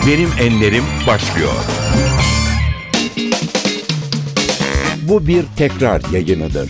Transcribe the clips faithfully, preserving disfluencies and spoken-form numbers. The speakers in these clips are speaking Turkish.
Benim Enlerim başlıyor. Bu bir tekrar yayınıdır.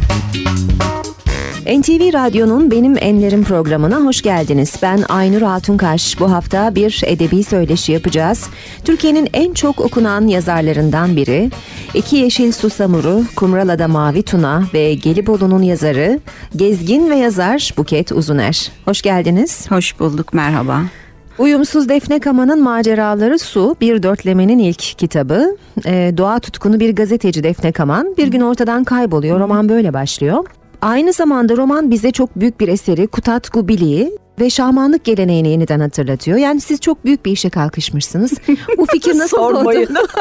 N T V Radyo'nun Benim Enlerim programına hoş geldiniz. Ben Aynur Altunkaş. Bu hafta bir edebi söyleşi yapacağız. Türkiye'nin en çok okunan yazarlarından biri, İki Yeşil Susamuru, Kumralada Mavi Tuna ve Gelibolu'nun yazarı, gezgin ve yazar Buket Uzuner. Hoş geldiniz. Hoş bulduk, merhaba. Uyumsuz Defne Kaman'ın Maceraları Su, bir dörtlemenin ilk kitabı. E, doğa tutkunu bir gazeteci Defne Kaman bir gün ortadan kayboluyor. Roman böyle başlıyor. Aynı zamanda roman bize çok büyük bir eseri Kutatku Bili'yi ve şamanlık geleneğini yeniden hatırlatıyor. Yani siz çok büyük bir işe kalkışmışsınız. Bu fikir nasıl oldu?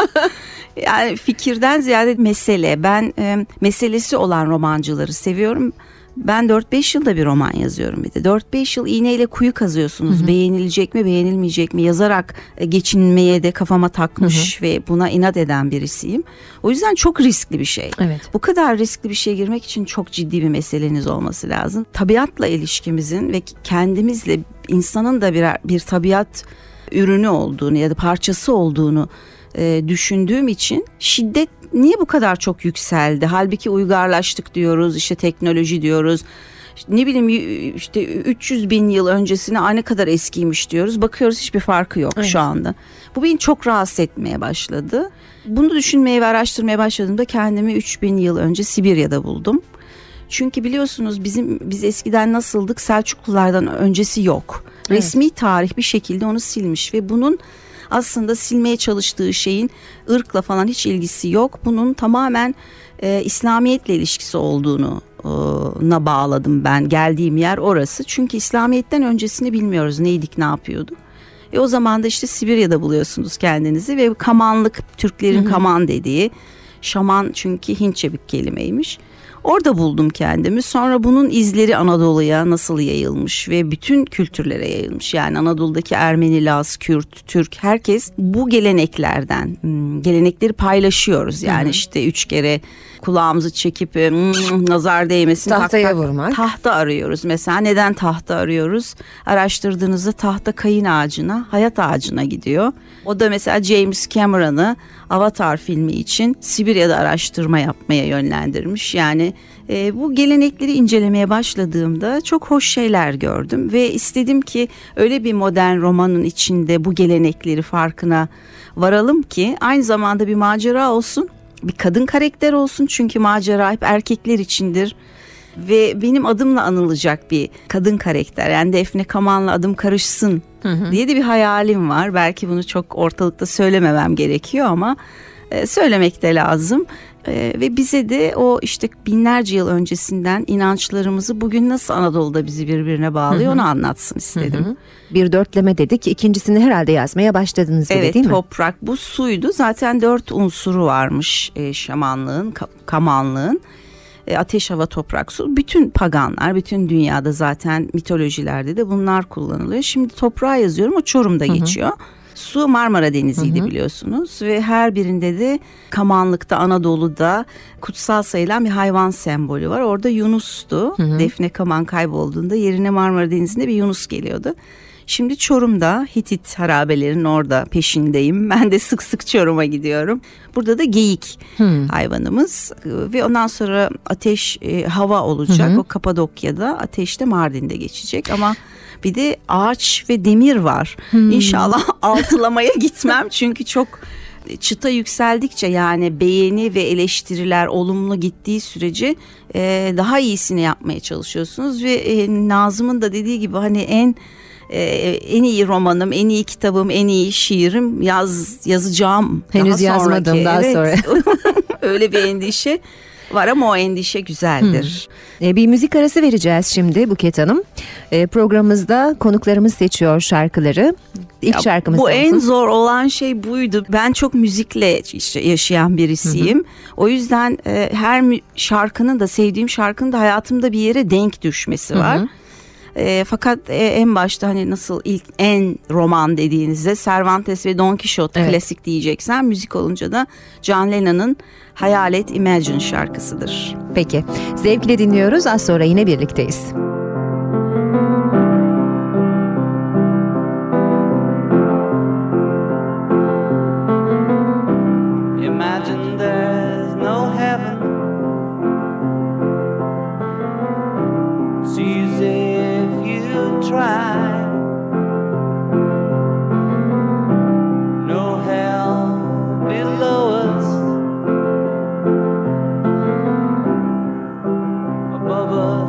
Yani fikirden ziyade mesele. Ben e, meselesi olan romancıları seviyorum. Ben dört beş yılda bir roman yazıyorum bir de. dört beş yıl iğneyle kuyu kazıyorsunuz. Hı hı. Beğenilecek mi, beğenilmeyecek mi? Yazarak geçinmeye de kafama takmış hı hı. ve buna inat eden birisiyim. O yüzden çok riskli bir şey. Evet. Bu kadar riskli bir şeye girmek için çok ciddi bir meseleniz olması lazım. Tabiatla ilişkimizin ve kendimizle, insanın da bir, bir tabiat ürünü olduğunu ya da parçası olduğunu e, düşündüğüm için şiddet niye bu kadar çok yükseldi? Halbuki uygarlaştık diyoruz, işte teknoloji diyoruz. Ne bileyim işte üç yüz bin yıl öncesine ne kadar eskiymiş diyoruz. Bakıyoruz hiçbir farkı yok evet. şu anda. Bu beni çok rahatsız etmeye başladı. Bunu düşünmeye ve araştırmaya başladığımda kendimi üç bin yıl önce Sibirya'da buldum. Çünkü biliyorsunuz bizim biz eskiden nasıldık? Selçuklulardan öncesi yok. Evet. Resmi tarih bir şekilde onu silmiş ve bunun aslında silmeye çalıştığı şeyin ırkla falan hiç ilgisi yok. Bunun tamamen e, İslamiyetle ilişkisi olduğunu e, na bağladım ben. Geldiğim yer orası. Çünkü İslamiyet'ten öncesini bilmiyoruz. Neydik, ne yapıyorduk. E o zaman da işte Sibirya'da buluyorsunuz kendinizi ve kamanlık, Türklerin hı hı. kaman dediği, şaman çünkü Hintçe bir kelimeymiş. Orada buldum kendimi. Sonra bunun izleri Anadolu'ya nasıl yayılmış ve bütün kültürlere yayılmış. Yani Anadolu'daki Ermeni, Laz, Kürt, Türk, herkes bu geleneklerden, gelenekleri paylaşıyoruz. Yani hı hı. işte üç kere kulağımızı çekip nazar değmesin. Tahtaya tahta, vurmak. Tahta arıyoruz mesela. Neden tahta arıyoruz? Araştırdığınızda tahta kayın ağacına, hayat ağacına gidiyor. O da mesela James Cameron'ı Avatar filmi için Sibirya'da araştırma yapmaya yönlendirmiş. Yani e, bu gelenekleri incelemeye başladığımda çok hoş şeyler gördüm ve istedim ki öyle bir modern romanın içinde bu gelenekleri farkına varalım ki aynı zamanda bir macera olsun, bir kadın karakter olsun, çünkü macera hep erkekler içindir. Ve benim adımla anılacak bir kadın karakter, yani Defne Kaman'la adım karışsın hı hı. diye de bir hayalim var. Belki bunu çok ortalıkta söylememem gerekiyor ama e, söylemek de lazım. E, ve bize de o işte binlerce yıl öncesinden inançlarımızı bugün nasıl Anadolu'da bizi birbirine bağlıyor hı hı. onu anlatsın istedim. Hı hı. Bir dörtleme dedik, ikincisini herhalde yazmaya başladınız gibi evet, değil mi? Evet, toprak, bu suydu. Zaten dört unsuru varmış e, şamanlığın, ka- kamanlığın. Ateş, hava, toprak, su. Bütün paganlar, bütün dünyada zaten mitolojilerde de bunlar kullanılıyor. Şimdi toprağa yazıyorum, o Çorum'da hı hı. geçiyor. Su Marmara Denizi'ydi hı hı. biliyorsunuz ve her birinde de kamanlıkta, Anadolu'da kutsal sayılan bir hayvan sembolü var. Orada Yunus'tu. Hı hı. Defne Kaman kaybolduğunda yerine Marmara Denizi'nde bir Yunus geliyordu. Şimdi Çorum'da Hitit harabelerinin orada peşindeyim. Ben de sık sık Çorum'a gidiyorum. Burada da geyik hmm. hayvanımız ve ondan sonra ateş, e, hava olacak. Hmm. O Kapadokya'da, ateşte Mardin'de geçecek ama bir de ağaç ve demir var. Hmm. İnşallah altılamaya gitmem çünkü çok çıta yükseldikçe, yani beğeni ve eleştiriler olumlu gittiği sürece e, daha iyisini yapmaya çalışıyorsunuz ve e, Nazım'ın da dediği gibi hani en Ee, en iyi romanım, en iyi kitabım, en iyi şiirim yaz yazacağım. Henüz daha yazmadım sonraki. daha evet. sonra. Öyle bir endişe var ama o endişe güzeldir. Hmm. Ee, bir müzik arası vereceğiz şimdi Buket Hanım. Ee, programımızda konuklarımız seçiyor şarkıları. İlk ya, şarkımız bu olsun. En zor olan şey buydu. Ben çok müzikle işte yaşayan birisiyim. Hı hı. O yüzden e, her şarkının da, sevdiğim şarkının da hayatımda bir yere denk düşmesi var. Hı hı. E, fakat e, en başta hani nasıl ilk en roman dediğinizde Cervantes ve Don Quixote evet. klasik diyeceksen, müzik olunca da John Lennon'ın Hayalet Imagine şarkısıdır. Peki, zevkle dinliyoruz, az sonra yine birlikteyiz.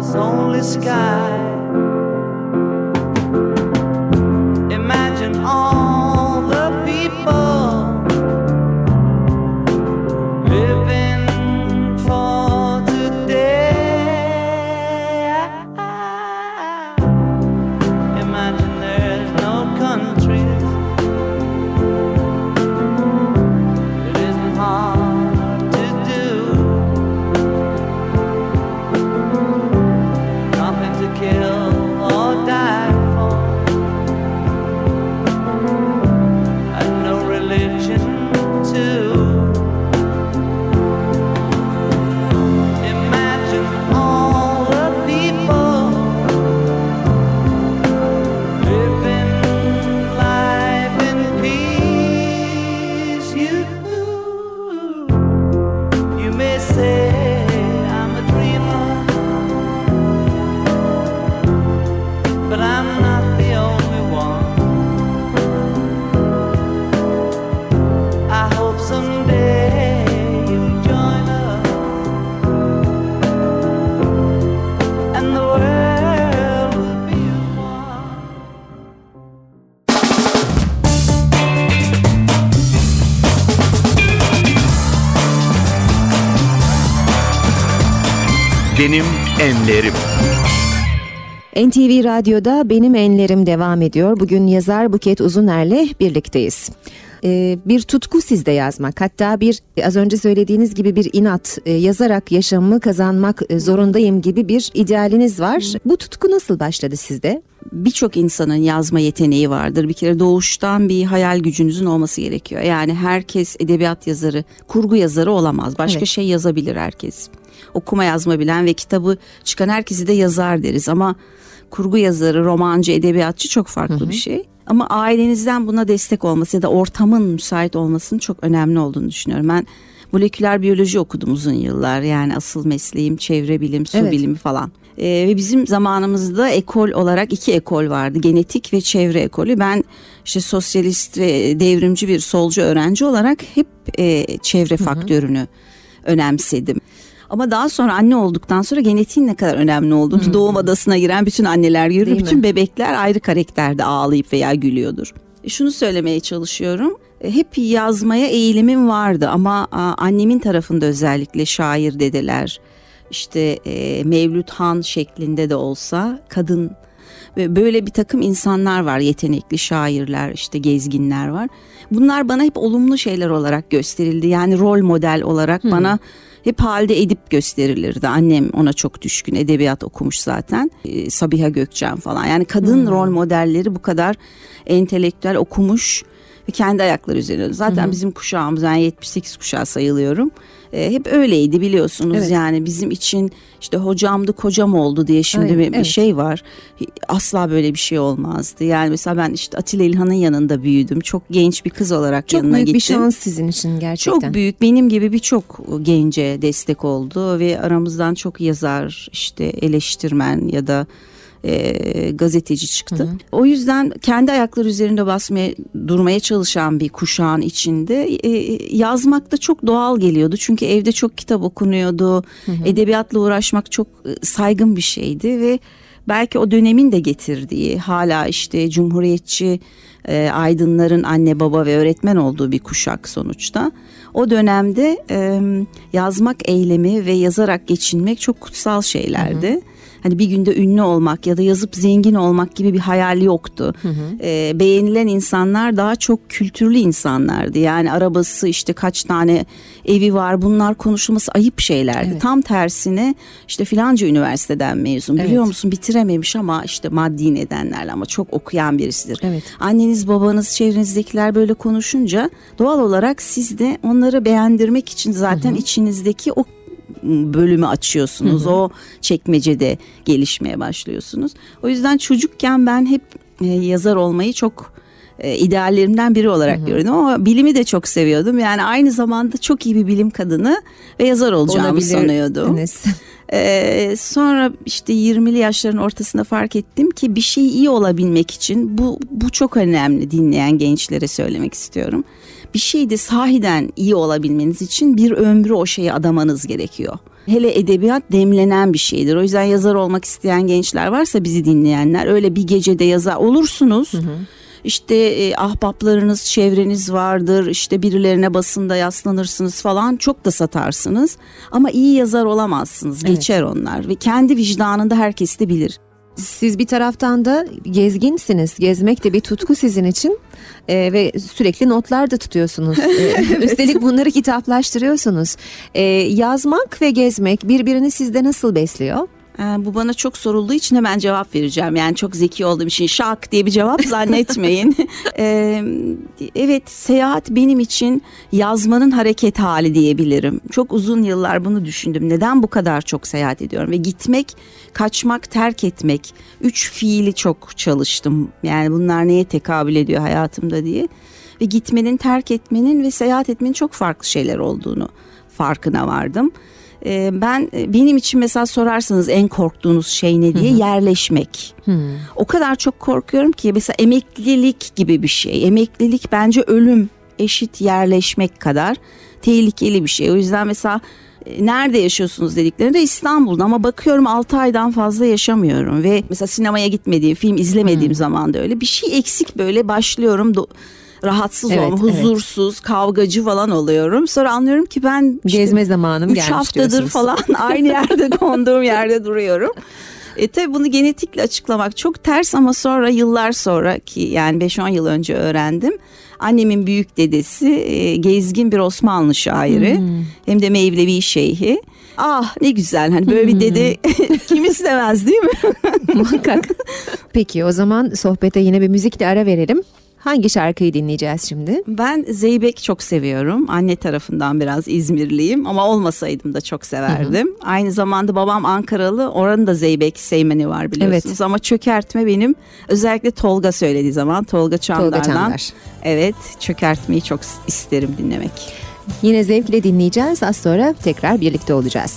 this only sky. Imagine all the people living for today. Imagine there's no countries. It isn't hard to do. Nothing to kill or die for, and no religion too. Imagine all the people living life in peace. You, you may say I'm a dreamer, but I'm not the only one. I hope someday you'll join us, and the world will be as one. Benim enlerim. N T V Radyo'da Benim Enlerim devam ediyor. Bugün yazar Buket Uzuner'le birlikteyiz. Ee, bir tutku sizde yazmak, hatta bir az önce söylediğiniz gibi bir inat, e, yazarak yaşamımı kazanmak e, zorundayım gibi bir idealiniz var. Bu tutku nasıl başladı sizde? Birçok insanın yazma yeteneği vardır. Bir kere doğuştan bir hayal gücünüzün olması gerekiyor. Yani herkes edebiyat yazarı, kurgu yazarı olamaz. Başka Evet. şey yazabilir herkes. Okuma yazma bilen ve kitabı çıkan herkesi de yazar deriz. Ama kurgu yazarı, romancı, edebiyatçı çok farklı bir şey. Ama ailenizden buna destek olması ya da ortamın müsait olmasının çok önemli olduğunu düşünüyorum. Ben moleküler biyoloji okudum uzun yıllar. Yani asıl mesleğim çevre bilim, su Evet. bilimi falan. Ee, ve bizim zamanımızda ekol olarak iki ekol vardı. Genetik ve çevre ekolü. Ben işte sosyalist ve devrimci bir solcu öğrenci olarak hep e, çevre faktörünü önemsedim. Ama daha sonra anne olduktan sonra genetiğin ne kadar önemli olduğunu doğum adasına giren bütün anneler görür. Değil Bütün mi? bebekler ayrı karakterde ağlayıp veya gülüyordur. E, şunu söylemeye çalışıyorum. E, hep yazmaya eğilimim vardı ama a, annemin tarafında özellikle şair dedeler, işte e, Mevlüt Han şeklinde de olsa kadın ve böyle bir takım insanlar var, yetenekli şairler, işte gezginler var. Bunlar bana hep olumlu şeyler olarak gösterildi. Yani rol model olarak bana hep halde edip gösterilirdi. Annem ona çok düşkün, edebiyat okumuş zaten. Ee, Sabiha Gökçen falan. Yani kadın rol modelleri bu kadar entelektüel okumuş ve kendi ayakları üzerinde. Zaten bizim kuşağımız, ben yetmiş sekiz kuşağı sayılıyorum. Ee, hep öyleydi biliyorsunuz. Evet. Yani bizim için işte hocamdı kocam oldu diye şimdi Aynen, bir, bir evet. şey var. Asla böyle bir şey olmazdı. Yani mesela ben işte Atilla İlhan'ın yanında büyüdüm. Çok genç bir kız olarak Çok yanına büyük gittim. bir şans sizin için gerçekten. Çok büyük, benim gibi birçok gence destek oldu ve aramızdan çok yazar, işte eleştirmen ya da e, gazeteci çıktı. Hı hı. O yüzden kendi ayakları üzerinde basmaya, durmaya çalışan bir kuşağın içinde e, yazmak da çok doğal geliyordu. Çünkü evde çok kitap okunuyordu. Hı hı. Edebiyatla uğraşmak çok saygın bir şeydi ve belki o dönemin de getirdiği, hala işte cumhuriyetçi e, aydınların anne baba ve öğretmen olduğu bir kuşak sonuçta. O dönemde e, yazmak eylemi ve yazarak geçinmek çok kutsal şeylerdi. Hı hı. Hani bir günde ünlü olmak ya da yazıp zengin olmak gibi bir hayal yoktu. Hı hı. E, beğenilen insanlar daha çok kültürlü insanlardı. Yani arabası, işte kaç tane evi var, bunlar konuşulması ayıp şeylerdi. Evet. Tam tersine işte filanca üniversiteden mezun, evet, biliyor musun, bitirememiş ama işte maddi nedenlerle, ama çok okuyan birisidir. Evet. Anneniz, babanız, çevrenizdekiler böyle konuşunca doğal olarak siz de onları beğendirmek için zaten, hı hı, içinizdeki o bölümü açıyorsunuz. Hı hı. O çekmecede gelişmeye başlıyorsunuz. O yüzden çocukken ben hep e, yazar olmayı çok e, ideallerimden biri olarak, hı hı, görüyordum. Ama bilimi de çok seviyordum. Yani aynı zamanda çok iyi bir bilim kadını ve yazar olacağımı sanıyordum. Ee, sonra işte yirmili yaşların ortasında fark ettim ki bir şey iyi olabilmek için bu bu çok önemli, dinleyen gençlere söylemek istiyorum. Bir şeyde sahiden iyi olabilmeniz için bir ömrü o şeye adamanız gerekiyor. Hele edebiyat demlenen bir şeydir. O yüzden yazar olmak isteyen gençler varsa bizi dinleyenler, öyle bir gecede yazar olursunuz. Hı hı. İşte e, ahbaplarınız, çevreniz vardır. İşte birilerine basında yaslanırsınız falan. Çok da satarsınız. Ama iyi yazar olamazsınız. Evet. Geçer onlar ve kendi vicdanında herkes de bilir. Siz bir taraftan da gezginsiniz. Gezmek de bir tutku sizin için. Ee, ve sürekli notlar da tutuyorsunuz. Ee, üstelik bunları kitaplaştırıyorsunuz. Ee, yazmak ve gezmek birbirini sizde nasıl besliyor? Bu bana çok sorulduğu için hemen cevap vereceğim. Yani çok zeki olduğum için şak diye bir cevap zannetmeyin. ee, evet, seyahat benim için yazmanın hareket hali diyebilirim. Çok uzun yıllar bunu düşündüm. Neden bu kadar çok seyahat ediyorum? Ve gitmek, kaçmak, terk etmek. Üç fiili çok çalıştım. Yani bunlar neye tekabül ediyor hayatımda diye. Ve gitmenin, terk etmenin ve seyahat etmenin çok farklı şeyler olduğunu farkına vardım. Ben, benim için mesela sorarsanız en korktuğunuz şey ne diye, hı hı. yerleşmek. Hı. O kadar çok korkuyorum ki mesela emeklilik gibi bir şey. Emeklilik bence ölüm eşit yerleşmek kadar tehlikeli bir şey. O yüzden mesela nerede yaşıyorsunuz dediklerinde İstanbul'da, ama bakıyorum altı aydan fazla yaşamıyorum ve mesela sinemaya gitmediğim, film izlemediğim hı. zaman da öyle bir şey eksik, böyle başlıyorum do- rahatsız evet, olma, huzursuz, evet. kavgacı falan oluyorum. Sonra anlıyorum ki ben işte gezme zamanım gelmiş üç haftadır diyorsunuz. falan aynı yerde konduğum yerde duruyorum. E tabi bunu genetikle açıklamak çok ters, ama sonra yıllar sonra, ki yani beş on yıl önce öğrendim. Annemin büyük dedesi e, gezgin bir Osmanlı şairi, hmm. hem de Mevlevi şeyhi. Ah ne güzel, hani böyle bir dede kim istemez değil mi? Muhakkak. Peki o zaman sohbete yine bir müzikle ara verelim. Hangi şarkıyı dinleyeceğiz şimdi? Ben Zeybek çok seviyorum. Anne tarafından biraz İzmirliyim ama olmasaydım da çok severdim. Hı hı. Aynı zamanda babam Ankaralı. Oranın da Zeybek Seymeni var biliyorsunuz. Evet. Ama çökertme benim, özellikle Tolga söylediği zaman, Tolga Çandar'dan. Tolga Çandar. Evet, çökertmeyi çok isterim dinlemek. Yine zevkle dinleyeceğiz. Az sonra tekrar birlikte olacağız.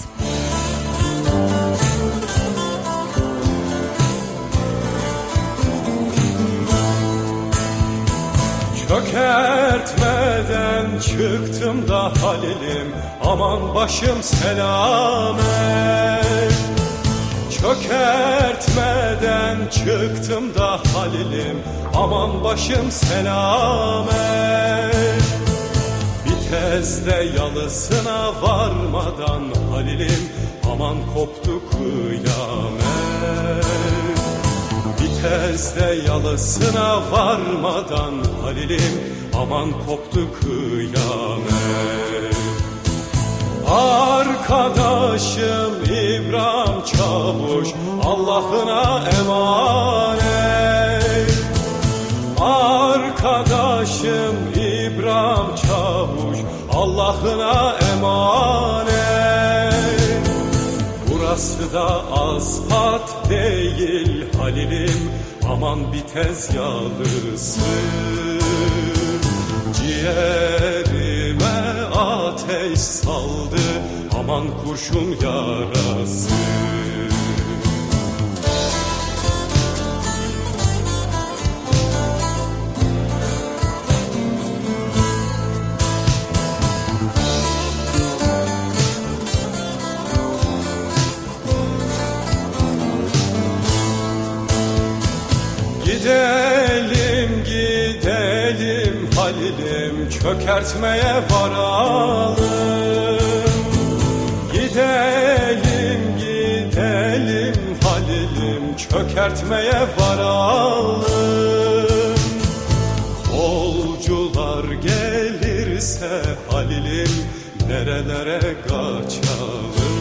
Çökertmeden çıktım da Halil'im, aman başım selamet. Çökertmeden çıktım da Halil'im, aman başım selamet. Vitezde yalısına varmadan Halil'im, aman koptu kıyamet. Vitezde yalısına varmadan Halil'im, aman koptu kıyamet. Arkadaşım İbrahim Çavuş, Allah'ına emanet. Arkadaşım İbrahim Çavuş, Allah'ına emanet. Burası da asfalt değil Halil'im, aman bitez yalısı. Ciğerime ateş saldı, aman kurşun yarası. Gidelim gidelim Halil'im, çökertmeye varalım. Gidelim gidelim Halil'im, çökertmeye varalım. Kolcular gelirse Halil'im, nerelere kaçalım.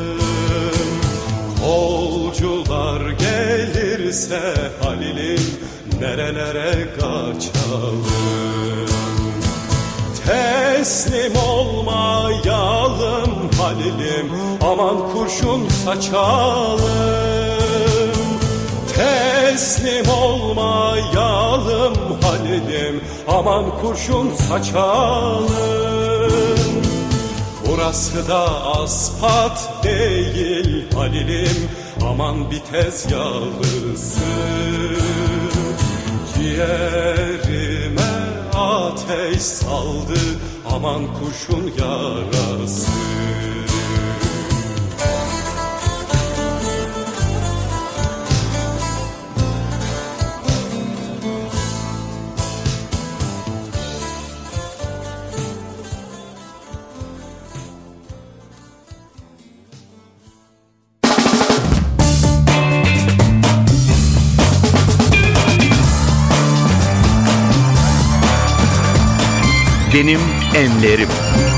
Kolcular gelirse Halil'im, nerelere kaçalım. Teslim olmayalım Halil'im, aman kurşun saçalım. Teslim olmayalım Halil'im, aman kurşun saçalım. Burası da asfalt değil aman bitez yağlısı. Ciğerime ateş saldı, aman kurşun yarası. Benim enlerim.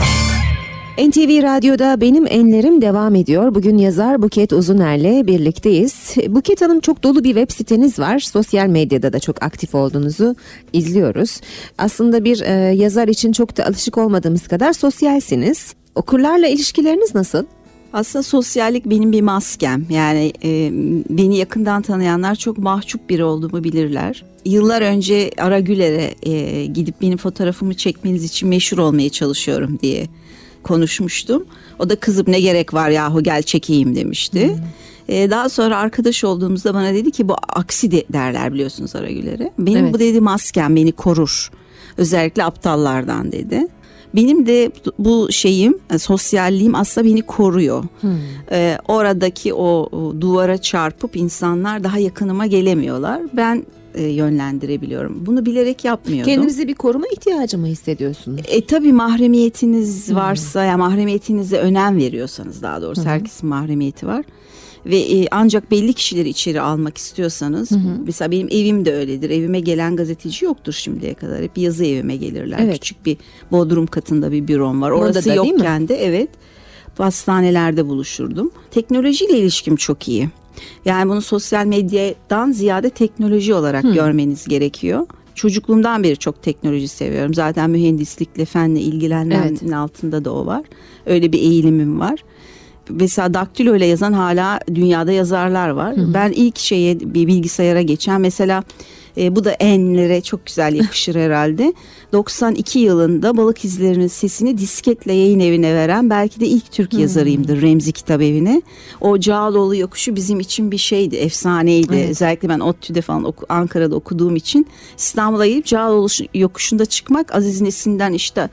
N T V Radyo'da Benim Enlerim devam ediyor. Bugün yazar Buket Uzuner'le birlikteyiz. Buket Hanım, çok dolu bir web siteniz var. Sosyal medyada da çok aktif olduğunuzu izliyoruz. Aslında bir e, yazar için çok da alışık olmadığımız kadar sosyalsiniz. Okurlarla ilişkileriniz nasıl? Aslında sosyallik benim bir maskem. Yani e, beni yakından tanıyanlar çok mahcup biri olduğumu bilirler. Yıllar önce Ara Güler'e e, gidip benim fotoğrafımı çekmeniz için meşhur olmaya çalışıyorum diye konuşmuştum. O da kızıp ne gerek var yahu gel çekeyim demişti. Hmm. E, daha sonra arkadaş olduğumuzda bana dedi ki bu aksi de derler biliyorsunuz Ara Güler'e. Benim evet. Bu dedi maskem beni korur. Özellikle aptallardan dedi. Benim de bu şeyim, sosyalliğim aslında beni koruyor. Hmm. Ee, oradaki o, o duvara çarpıp insanlar daha yakınıma gelemiyorlar. Ben e, yönlendirebiliyorum. Bunu bilerek yapmıyordum. Kendinize bir koruma ihtiyacı mı hissediyorsunuz? E tabii mahremiyetiniz varsa, hmm. ya mahremiyetinize önem veriyorsanız daha doğrusu hmm. herkesin mahremiyeti var. Ve e, ancak belli kişileri içeri almak istiyorsanız, hı hı. mesela benim evim de öyledir. Evime gelen gazeteci yoktur şimdiye kadar. Hep yazı evime gelirler. Evet. Küçük bir bodrum katında bir bürom var. Orası da, yokken de evet hastanelerde buluşurdum. Teknolojiyle ilişkim çok iyi. Yani bunu sosyal medyadan ziyade teknoloji olarak hı. görmeniz gerekiyor. Çocukluğumdan beri çok teknoloji seviyorum. Zaten mühendislikle, fenle ilgilenmenin evet. altında da o var. Öyle bir eğilimim var. Mesela daktilo ile yazan hala dünyada yazarlar var. Hı hı. Ben ilk şeye bir bilgisayara geçen mesela e, bu da enlere çok güzel yakışır herhalde. doksan iki yılında Balık İzleri'nin sesini disketle yayın evine veren belki de ilk Türk hı. yazarıyımdır Remzi Kitabevi'ne. O Cağaloğlu yokuşu bizim için bir şeydi, efsaneydi. Evet. Özellikle ben ODTÜ'de falan oku, Ankara'da okuduğum için İstanbul'a gelip Cağaloğlu yokuşunda çıkmak Aziz Nesin'den işte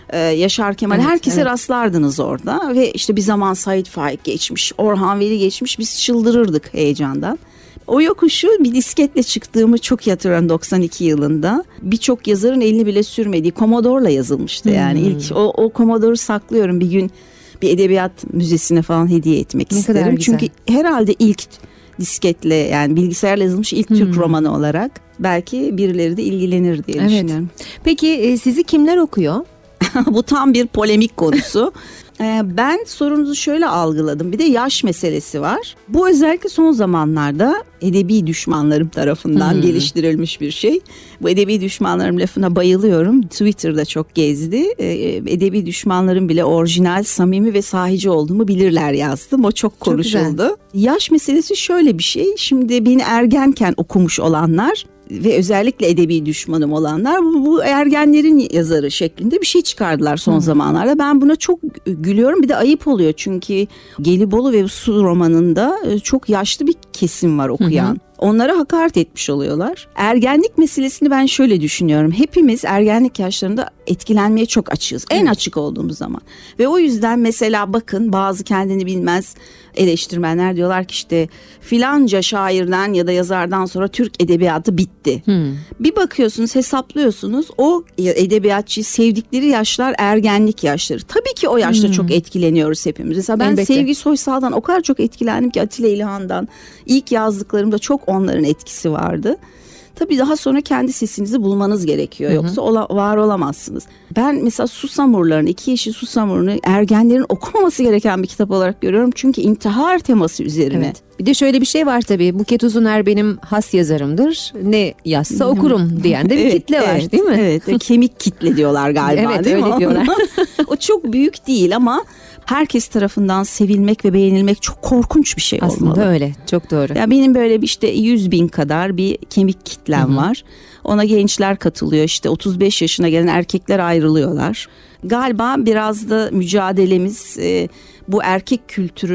Yaşar Kemal evet, herkese evet. rastlardınız orada ve işte bir zaman Sait Faik geçmiş, Orhan Veli geçmiş, biz çıldırırdık heyecandan. O yokuşu bir disketle çıktığımı çok iyi hatırlıyorum doksan iki yılında. Birçok yazarın elini bile sürmediği Commodore'la yazılmıştı yani. Hmm. ilk o, o Commodore'u saklıyorum, bir gün bir edebiyat müzesine falan hediye etmek ne isterim. Çünkü herhalde ilk disketle yani bilgisayarla yazılmış ilk hmm. Türk romanı olarak belki birileri de ilgilenir diye evet. düşünüyorum. Peki sizi kimler okuyor? Bu tam bir polemik konusu. Ben sorunuzu şöyle algıladım. Bir de yaş meselesi var. Bu özellikle son zamanlarda edebi düşmanlarım tarafından hmm. geliştirilmiş bir şey. Bu edebi düşmanlarım lafına bayılıyorum. Twitter'da çok gezdi. Edebi düşmanlarım bile orijinal, samimi ve sahici olduğumu bilirler yazdım. O çok konuşuldu. Çok yaş meselesi şöyle bir şey. Şimdi beni ergenken okumuş olanlar ve özellikle edebi düşmanım olanlar bu, bu ergenlerin yazarı şeklinde bir şey çıkardılar son hmm. zamanlarda. Ben buna çok gülüyorum. Bir de ayıp oluyor çünkü Gelibolu ve Su romanında çok yaşlı bir kesim var okuyan. Hmm. Onlara hakaret etmiş oluyorlar. Ergenlik meselesini ben şöyle düşünüyorum. Hepimiz ergenlik yaşlarında etkilenmeye çok açığız. En evet. açık olduğumuz zaman. Ve o yüzden mesela bakın bazı kendini bilmez eleştirmenler diyorlar ki işte filanca şairden ya da yazardan sonra Türk edebiyatı bitti. Hmm. Bir bakıyorsunuz, hesaplıyorsunuz, o edebiyatçıyı sevdikleri yaşlar ergenlik yaşları. Tabii ki o yaşta hmm. çok etkileniyoruz hepimiz. Mesela ben Elbette. Sevgi Soysal'dan o kadar çok etkilendim ki, Atilla İlhan'dan. İlk yazdıklarımda çok onların etkisi vardı. Tabii daha sonra kendi sesinizi bulmanız gerekiyor. Hı hı. Yoksa ola, var olamazsınız. Ben mesela Susamurlarını, İki Yeşil Susamurunu ergenlerin okumaması gereken bir kitap olarak görüyorum. Çünkü intihar teması üzerine. Evet. Bir de şöyle bir şey var tabii. Buket Uzuner benim has yazarımdır. Ne yazsa okurum diyen de bir evet, kitle var evet, değil mi? Evet. Kemik kitle diyorlar galiba evet, değil mi? Evet öyle diyorlar. O çok büyük değil ama herkes tarafından sevilmek ve beğenilmek çok korkunç bir şey aslında olmalı. Aslında öyle, çok doğru. Ya benim böyle bir işte yüz bin kadar bir kemik kitlem Hı-hı. var. Ona gençler katılıyor, işte otuz beş yaşına gelen erkekler ayrılıyorlar. Galiba biraz da mücadelemiz e, bu erkek kültürün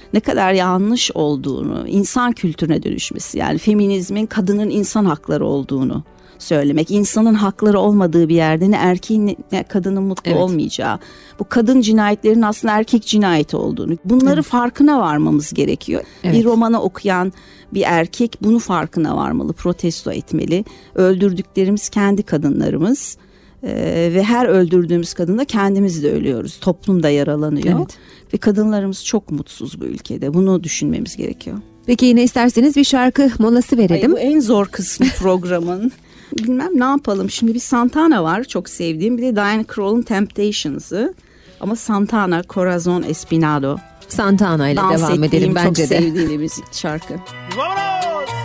ne kadar yanlış olduğunu, insan kültürüne dönüşmesi, yani feminizmin kadının insan hakları olduğunu söylemek, insanın hakları olmadığı bir yerde ne erkeğin ne kadının mutlu Evet. olmayacağı, bu kadın cinayetlerin aslında erkek cinayeti olduğunu, bunları Evet. farkına varmamız gerekiyor. Evet. Bir romanı okuyan bir erkek bunu farkına varmalı, protesto etmeli. Öldürdüklerimiz kendi kadınlarımız. Ee, ve her öldürdüğümüz kadında kendimiz de ölüyoruz. Toplum da yaralanıyor. Evet. Ve kadınlarımız çok mutsuz bu ülkede. Bunu düşünmemiz gerekiyor. Peki yine isterseniz bir şarkı molası Ay, verelim. bu en zor kısmı programın. Bilmem ne yapalım. Şimdi bir Santana var çok sevdiğim. Bir de Diana Krall'ın Temptations'ı. Ama Santana, Corazon Espinado. Santana ile Dans devam ettiğim, edelim bence çok de. sevdiğim bir şarkı. ¡Vámonos!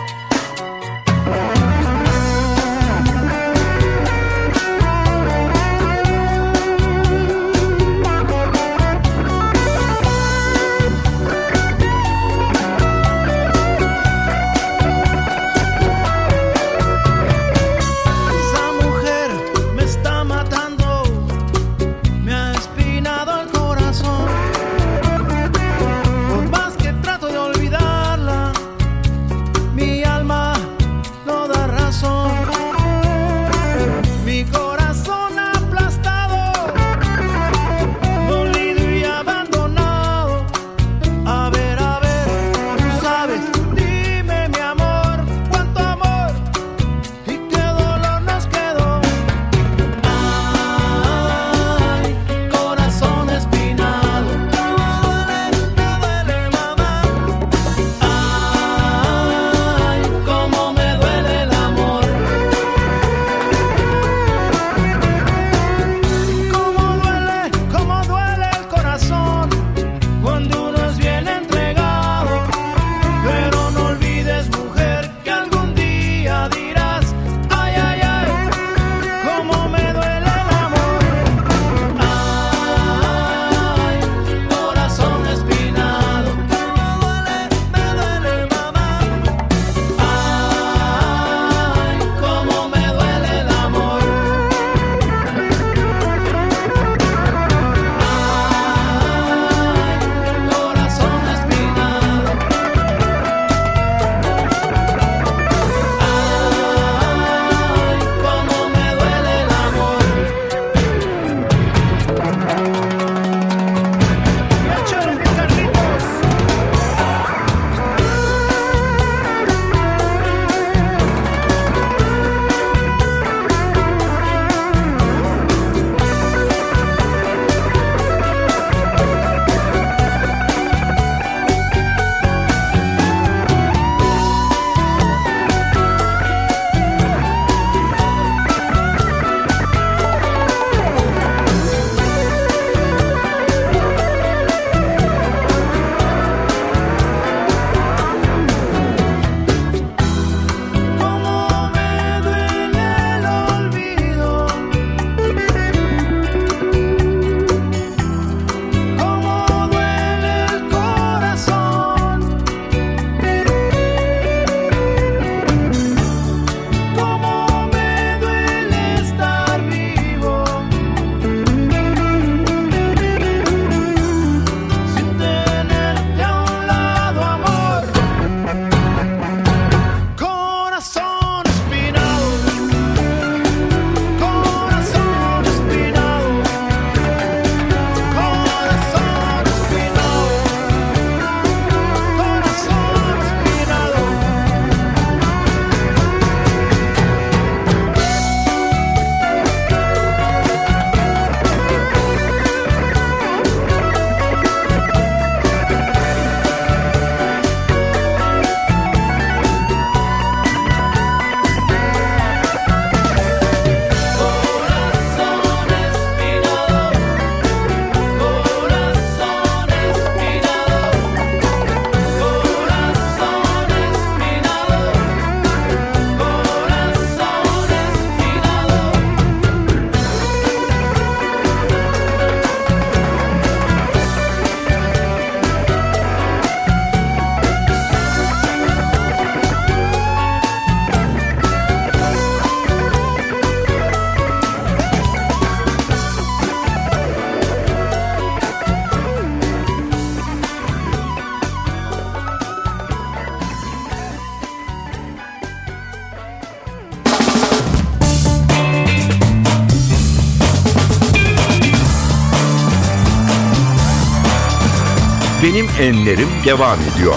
Esa mujer me está matando, me ha espinado el corazón. Por más que trato de olvidarla, mi Enlerim devam ediyor.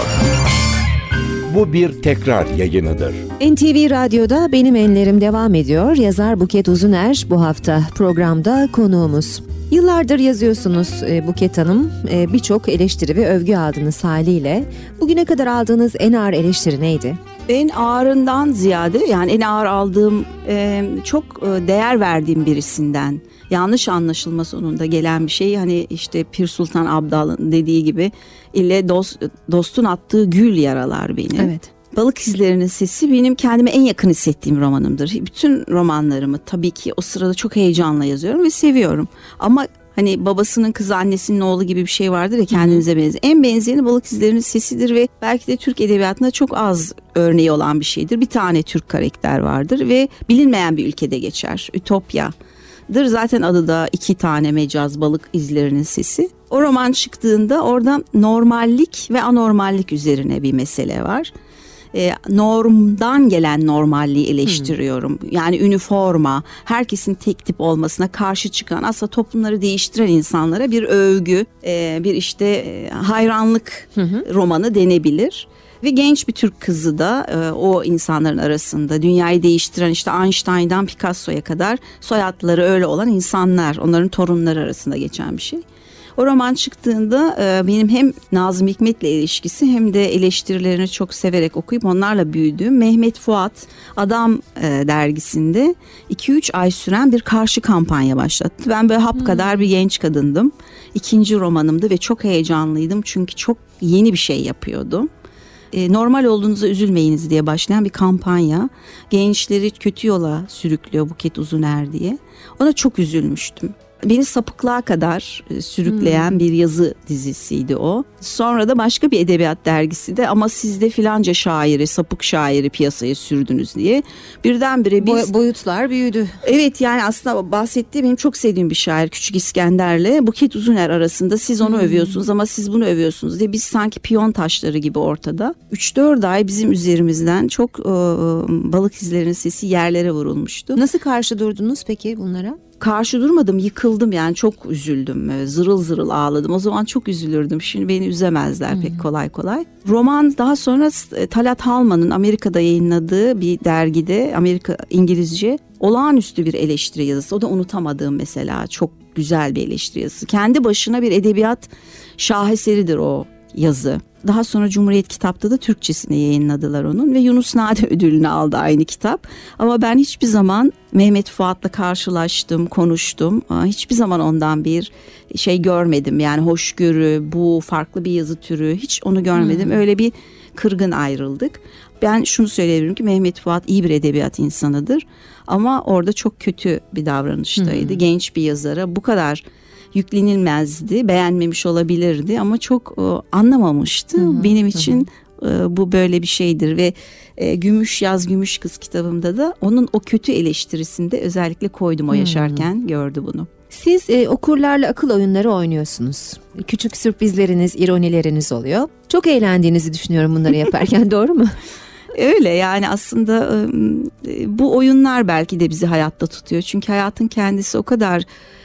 Bu bir tekrar yayınıdır. N T V Radyo'da Benim Enlerim devam ediyor. Yazar Buket Uzuner bu hafta programda konuğumuz. Yıllardır yazıyorsunuz e, Buket Hanım. E, birçok eleştiri ve övgü aldınız haliyle. Bugüne kadar aldığınız en ağır eleştiri neydi? En ağırından ziyade, yani en ağır aldığım, e, çok e, değer verdiğim birisinden yanlış anlaşılma sonunda gelen bir şey. Hani işte Pir Sultan Abdal'ın dediği gibi, ile dost, dostun attığı gül yaralar beni. Evet. Balık İzleri'nin Sesi benim kendime en yakın hissettiğim romanımdır. Bütün romanlarımı tabii ki o sırada çok heyecanla yazıyorum ve seviyorum. Ama hani babasının kızı annesinin oğlu gibi bir şey vardır ya, kendinize benzer. En benzeyeni Balık İzleri'nin Sesi'dir ve belki de Türk edebiyatında çok az örneği olan bir şeydir. Bir tane Türk karakter vardır ve bilinmeyen bir ülkede geçer. Ütopya'dır. Zaten adı da iki tane mecaz, Balık İzleri'nin Sesi. O roman çıktığında orada normallik ve anormallik üzerine bir mesele var. E, normdan gelen normalliği eleştiriyorum. Hmm. Yani üniforma, herkesin tek tip olmasına karşı çıkan, aslında toplumları değiştiren insanlara bir övgü, e, bir işte e, hayranlık hmm. romanı denebilir. Ve genç bir Türk kızı da e, o insanların arasında dünyayı değiştiren, işte Einstein'dan Picasso'ya kadar soyadları öyle olan insanlar, onların torunları arasında geçen bir şey. O roman çıktığında benim hem Nazım Hikmet'le ilişkisi hem de eleştirilerini çok severek okuyup onlarla büyüdüğüm Mehmet Fuat Adam dergisinde iki üç ay süren bir karşı kampanya başlattı. Ben böyle hap kadar bir genç kadındım. İkinci romanımdı ve çok heyecanlıydım çünkü çok yeni bir şey yapıyordum. Normal olduğunuza üzülmeyiniz diye başlayan bir kampanya. Gençleri kötü yola sürüklüyor Buket Uzuner diye. Ona çok üzülmüştüm. Beni sapıklığa kadar sürükleyen hmm. bir yazı dizisiydi o. Sonra da başka bir edebiyat dergisi de ama siz de filanca şairi, sapık şairi piyasaya sürdünüz diye. Birdenbire biz... Boy- boyutlar büyüdü. Evet, yani aslında bahsettiğim benim çok sevdiğim bir şair Küçük İskender'le Buket Uzuner arasında siz onu hmm. övüyorsunuz ama siz bunu övüyorsunuz diye biz sanki piyon taşları gibi ortada. üç dört ay bizim üzerimizden çok e, Balık İzleri'nin Sesi yerlere vurulmuştu. Nasıl karşı durdunuz peki bunlara? Karşı durmadım, yıkıldım, yani çok üzüldüm, zırıl zırıl ağladım. O zaman çok üzülürdüm, şimdi beni üzemezler hmm. pek kolay kolay. Roman daha sonra Talat Halman'ın Amerika'da yayınladığı bir dergide, Amerika İngilizce, olağanüstü bir eleştiri yazısı. O da unutamadığım mesela, çok güzel bir eleştiri yazısı. Kendi başına bir edebiyat şaheseridir o yazı. Daha sonra Cumhuriyet Kitap'ta da Türkçesini yayınladılar onun ve Yunus Nadi ödülünü aldı aynı kitap. Ama ben hiçbir zaman Mehmet Fuat'la karşılaştım, konuştum. Hiçbir zaman ondan bir şey görmedim. Yani hoşgörü, bu farklı bir yazı türü, hiç onu görmedim. Hmm. Öyle bir kırgın ayrıldık. Ben şunu söyleyebilirim ki Mehmet Fuat iyi bir edebiyat insanıdır. Ama orada çok kötü bir davranıştaydı. Hmm. Genç bir yazara bu kadar yüklenilmezdi, beğenmemiş olabilirdi ama çok e, anlamamıştı. Hı hı, Benim için e, bu böyle bir şeydir ve e, Gümüş Yaz Gümüş Kız kitabımda da onun o kötü eleştirisinde özellikle koydum, o yaşarken hı. gördü bunu. Siz e, okurlarla akıl oyunları oynuyorsunuz. Küçük sürprizleriniz, ironileriniz oluyor. Çok eğlendiğinizi düşünüyorum bunları yaparken, doğru mu? Öyle, yani aslında e, bu oyunlar belki de bizi hayatta tutuyor. Çünkü hayatın kendisi o kadar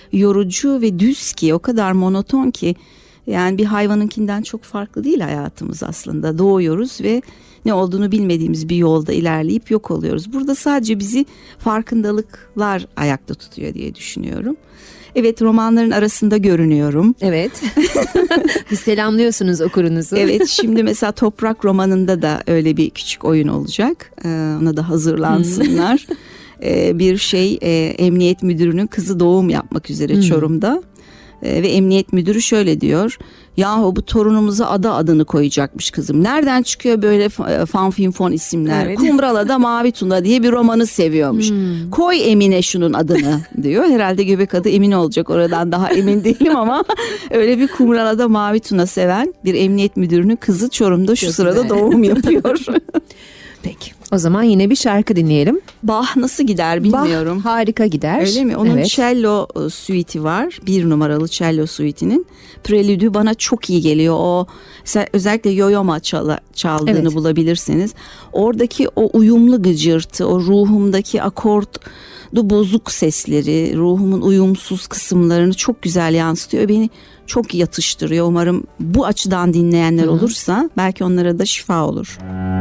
yorucu ve düz ki, o kadar monoton ki, yani bir hayvanınkinden çok farklı değil hayatımız aslında. Doğuyoruz ve ne olduğunu bilmediğimiz bir yolda ilerleyip yok oluyoruz. Burada sadece bizi farkındalıklar ayakta tutuyor diye düşünüyorum. Evet, romanların arasında görünüyorum. Evet. Bir selamlıyorsunuz okurunuzu. Evet, şimdi mesela Toprak romanında da öyle bir küçük oyun olacak. Ee, ona da hazırlansınlar. ee, bir şey e, emniyet müdürünün kızı doğum yapmak üzere hmm. Çorum'da. Ee, ve emniyet müdürü şöyle diyor. Yahu bu torunumuza ada adını koyacakmış kızım. Nereden çıkıyor böyle fanfinfon isimler? Evet. Kumrala'da Mavi Tuna diye bir romanı seviyormuş. Hmm. Koy Emine şunun adını diyor. Herhalde göbek adı Emine olacak, oradan daha emin değilim ama öyle bir Kumrala'da Mavi Tuna seven bir emniyet müdürünün kızı Çorum'da şu Çok sırada güzel. Doğum yapıyor. Peki, o zaman yine bir şarkı dinleyelim. Bach nasıl gider bilmiyorum. Bach harika gider. Öyle mi? Onun evet. cello suite'i var. Bir numaralı cello suite'inin. Prelüdü bana çok iyi geliyor. O özellikle Yo-Yoma çaldığını evet. bulabilirsiniz. Oradaki o uyumlu gıcırtı, o ruhumdaki akort bozuk sesleri, ruhumun uyumsuz kısımlarını çok güzel yansıtıyor. Beni çok yatıştırıyor. Umarım bu açıdan dinleyenler olursa belki onlara da şifa olur.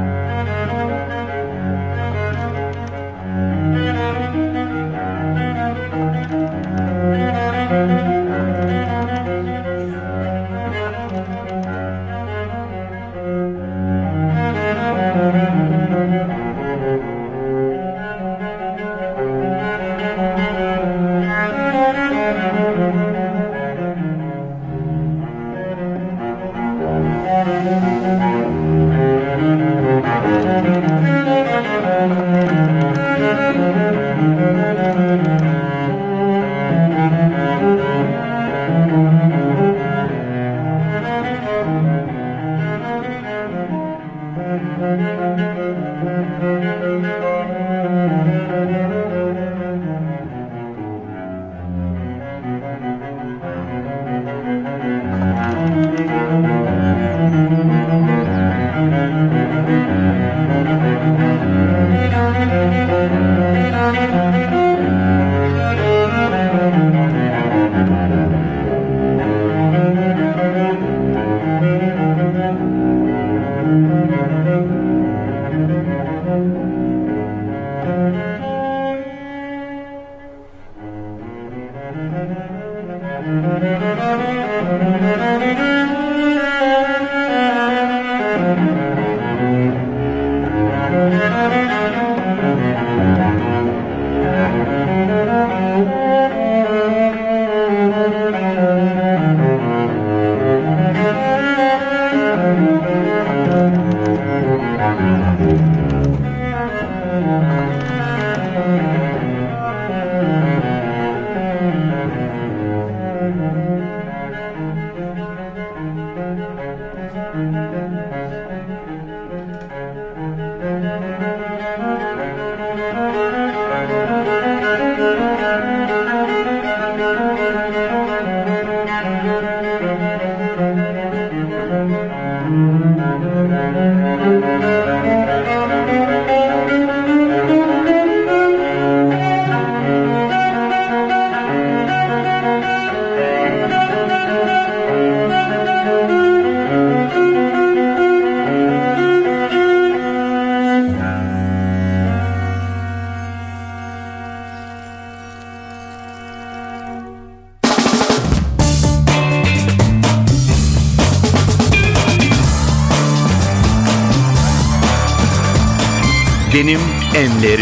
Benim Enlerim.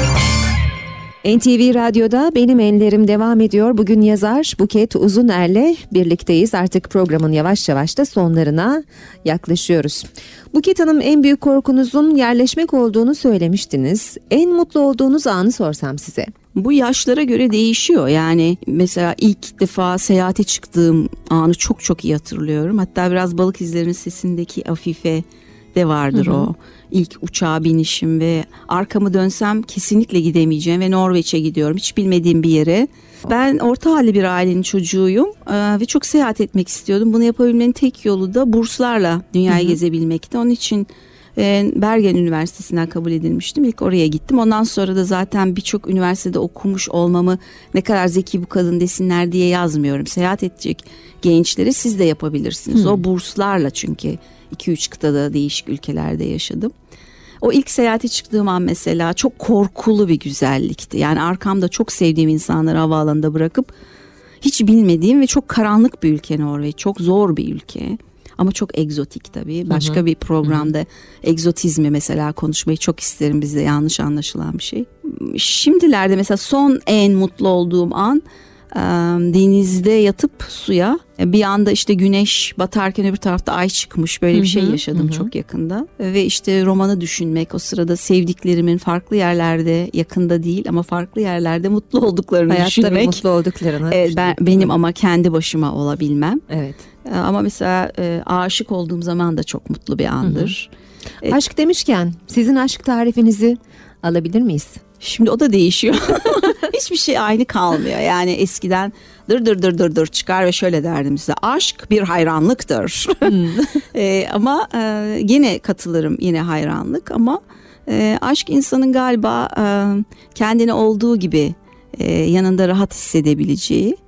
N T V Radyo'da Benim Enlerim devam ediyor. Bugün yazar Buket Uzuner'le birlikteyiz. Artık programın yavaş yavaş da sonlarına yaklaşıyoruz. Buket Hanım, en büyük korkunuzun yerleşmek olduğunu söylemiştiniz. En mutlu olduğunuz anı sorsam size. Bu yaşlara göre değişiyor. Yani mesela ilk defa seyahate çıktığım anı çok çok iyi hatırlıyorum. Hatta biraz Balık İzleri'nin Sesindeki Afife de vardır. Hı hı. O ilk uçağa binişim ve arkamı dönsem kesinlikle gidemeyeceğim ve Norveç'e gidiyorum, hiç bilmediğim bir yere. Ben orta halli bir ailenin çocuğuyum ee, ve çok seyahat etmek istiyordum. Bunu yapabilmenin tek yolu da burslarla dünyayı hı hı. gezebilmekti. Onun için e, Bergen Üniversitesi'nden kabul edilmiştim. İlk oraya gittim. Ondan sonra da zaten birçok üniversitede okumuş olmamı, ne kadar zeki bu kadın desinler diye yazmıyorum. Seyahat edecek gençlere siz de yapabilirsiniz. Hı. O burslarla, çünkü iki üç kıtada değişik ülkelerde yaşadım. O ilk seyahate çıktığım an mesela çok korkulu bir güzellikti. Yani arkamda çok sevdiğim insanları havaalanında bırakıp hiç bilmediğim ve çok karanlık bir ülke Norveç. Çok zor bir ülke ama çok egzotik tabii. Başka hı hı. bir programda hı hı. egzotizmi mesela konuşmayı çok isterim. Bizde yanlış anlaşılan bir şey. Şimdilerde mesela son en mutlu olduğum an denizde yatıp suya, bir anda işte güneş batarken öbür tarafta ay çıkmış, böyle bir şey yaşadım hı hı. çok yakında. Ve işte romanı düşünmek, o sırada sevdiklerimin farklı yerlerde, yakında değil ama farklı yerlerde mutlu olduklarını hayatta düşünmek. Hayatta mutlu olduklarını. Evet, ben, benim ama kendi başıma olabilmem. Evet. Ama mesela e, aşık olduğum zaman da çok mutlu bir andır. Hı hı. Aşk demişken sizin aşk tarifinizi alabilir miyiz? Şimdi o da değişiyor. Hiçbir şey aynı kalmıyor. Yani eskiden dır dır dır dır dır çıkar ve şöyle derdim size: aşk bir hayranlıktır. Hmm. e, ama e, yine katılırım, yine hayranlık, ama e, aşk insanın galiba e, kendini olduğu gibi e, yanında rahat hissedebileceği,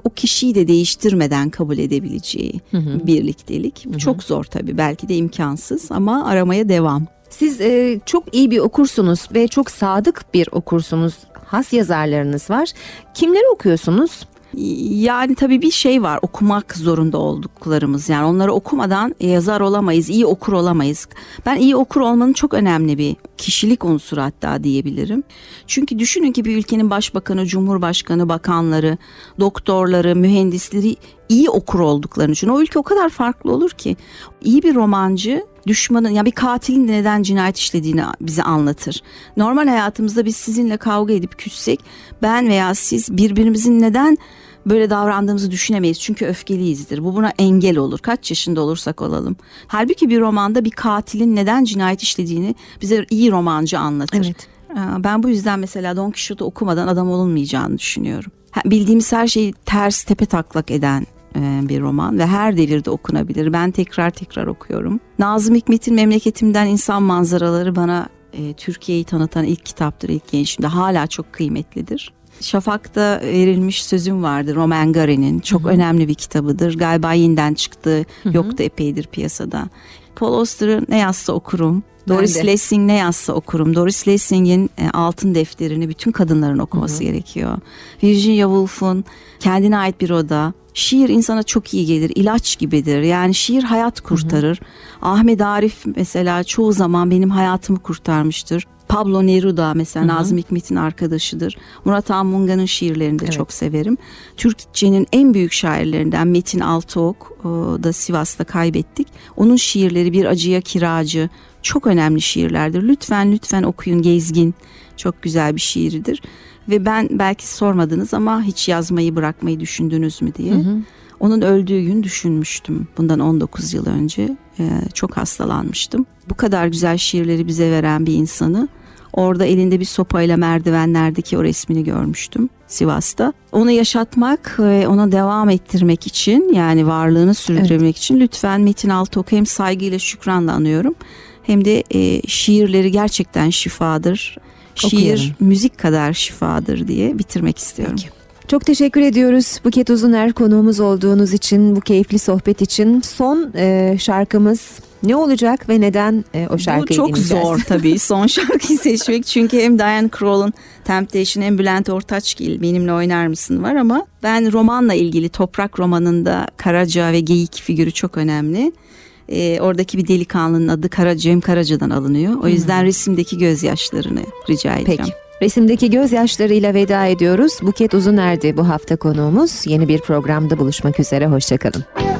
o kişiyi de değiştirmeden kabul edebileceği birliktelik. Hı hı. Çok zor tabii, belki de imkansız ama aramaya devam. Siz e, çok iyi bir okursunuz ve çok sadık bir okursunuz. Has yazarlarınız var. Kimleri okuyorsunuz? Yani tabii bir şey var, okumak zorunda olduklarımız. Yani onları okumadan yazar olamayız, iyi okur olamayız. Ben iyi okur olmanın çok önemli bir kişilik unsuru hatta diyebilirim. Çünkü düşünün ki bir ülkenin başbakanı, cumhurbaşkanı, bakanları, doktorları, mühendisleri iyi okur olduklarını için o ülke o kadar farklı olur ki. İyi bir romancı düşmanın, ya bir katilin de neden cinayet işlediğini bize anlatır. Normal hayatımızda biz sizinle kavga edip küssek, ben veya siz birbirimizin neden böyle davrandığımızı düşünemeyiz. Çünkü öfkeliyizdir. Bu buna engel olur. Kaç yaşında olursak olalım. Halbuki bir romanda bir katilin neden cinayet işlediğini bize iyi romancı anlatır. Evet. Ben bu yüzden mesela Don Quixote'u okumadan adam olunmayacağını düşünüyorum. Bildiğimiz her şeyi ters tepe taklak eden bir roman ve her devirde okunabilir. Ben tekrar tekrar okuyorum. Nazım Hikmet'in Memleketimden İnsan Manzaraları bana e, Türkiye'yi tanıtan ilk kitaptır, ilk gençliğimde. Hala çok kıymetlidir. Şafak'ta verilmiş sözüm vardı, Romain Gary'nin. Çok Hı-hı. önemli bir kitabıdır. Galiba yeniden çıktı, Hı-hı. yoktu epeydir piyasada. Paul Auster'ı ne yazsa okurum. Doris Lessing ne yazsa okurum. Doris Lessing'in e, Altın Defteri'ni bütün kadınların okuması Hı-hı. gerekiyor. Virginia Woolf'un Kendine Ait Bir Oda. Şiir insana çok iyi gelir, ilaç gibidir. Yani şiir hayat kurtarır. Hı-hı. Ahmet Arif mesela çoğu zaman benim hayatımı kurtarmıştır. Pablo Neruda mesela Hı-hı. Nazım Hikmet'in arkadaşıdır. Murat Han Munga'nın şiirlerini de evet. çok severim. Türkçenin en büyük şairlerinden Metin Altıok da Sivas'ta kaybettik. Onun şiirleri Bir Acıya Kiracı çok önemli şiirlerdir. Lütfen lütfen okuyun. Gezgin çok güzel bir şiiridir. Ve ben, belki sormadınız ama hiç yazmayı bırakmayı düşündünüz mü diye. Hı hı. Onun öldüğü gün düşünmüştüm. Bundan on dokuz yıl önce ee, çok hastalanmıştım. Bu kadar güzel şiirleri bize veren bir insanı orada elinde bir sopayla merdivenlerdeki o resmini görmüştüm Sivas'ta. Onu yaşatmak ve ona devam ettirmek için, yani varlığını sürdürmek evet. için lütfen Metin Altıok'u hem saygıyla şükranla anıyorum hem de e, şiirleri gerçekten şifadır. Şiir Okuyalım. Müzik kadar şifadır diye bitirmek istiyorum. Peki. Çok teşekkür ediyoruz Buket Uzuner konuğumuz olduğunuz için, bu keyifli sohbet için. Son e, şarkımız ne olacak ve neden e, o şarkıyı dinleyeceğiz? Bu çok zor tabii son şarkıyı seçmek. Çünkü hem Diane Krall'ın Temptation hem Bülent Ortaçgil Benimle Oynar Mısın var ama ben romanla ilgili, Toprak romanında Karaca ve Geyik figürü çok önemli. E, oradaki bir delikanlının adı Kara, Cem Karaca'dan alınıyor. O yüzden hmm. resimdeki gözyaşlarını rica edeceğim. Peki. Resimdeki gözyaşlarıyla veda ediyoruz. Buket Uzuner'di bu hafta konuğumuz. Yeni bir programda buluşmak üzere. Hoşçakalın.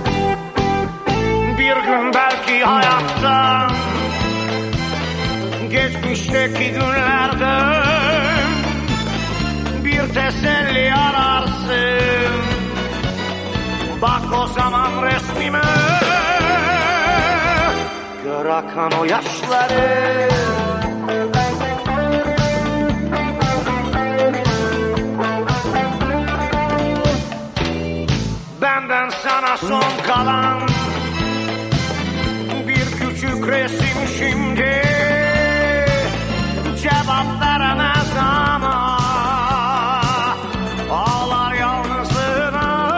Bir gün belki hayattan, geçmişteki günlerden bir teselli ararsın. Bak o zaman resmime, gör akan o yaşları. Benden sana son kalan bir küçük resim şimdi, cevap veremez ama ağlar yalnızlığına.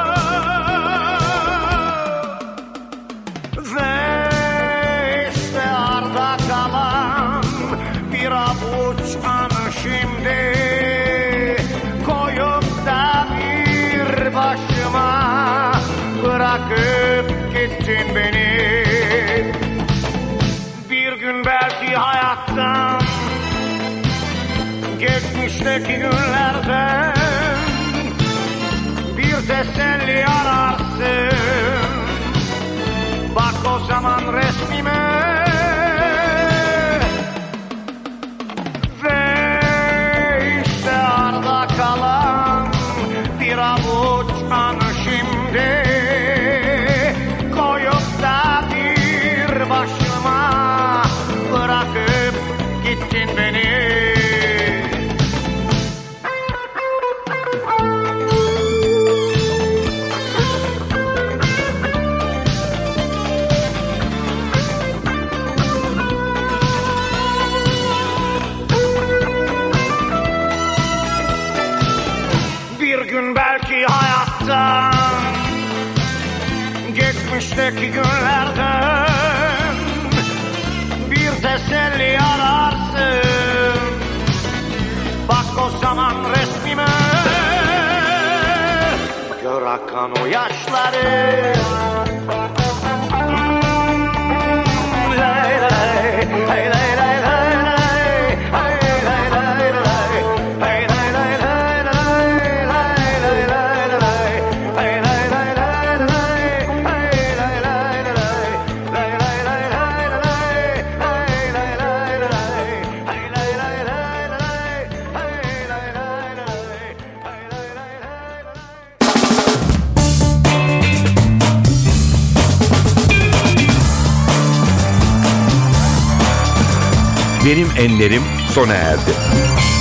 Ve işte arda kalan bir avuç anı şimdi, koyup da bir başıma bırakıp gittin beni. Bir gün belki hayattan, geçmişteki günlerden bir teselli ararsın. Bak o zaman resmime, ve işte arda kalan bir avuç anı şimdi, koyup da bir başıma bırakıp gittin beni. önceki günlerden bir teselli ararsın. Bak o zaman resmime, gör akan o yaşları. Lay lay, lay lay lay lay lay, lay lay lay lay, lay lay lay lay lay, lay lay lay lay, lay lay lay lay lay, lay lay lay lay, lay lay lay lay lay, lay lay lay lay, lay lay lay lay lay, lay lay lay lay lay. Benim Enlerim sona erdi.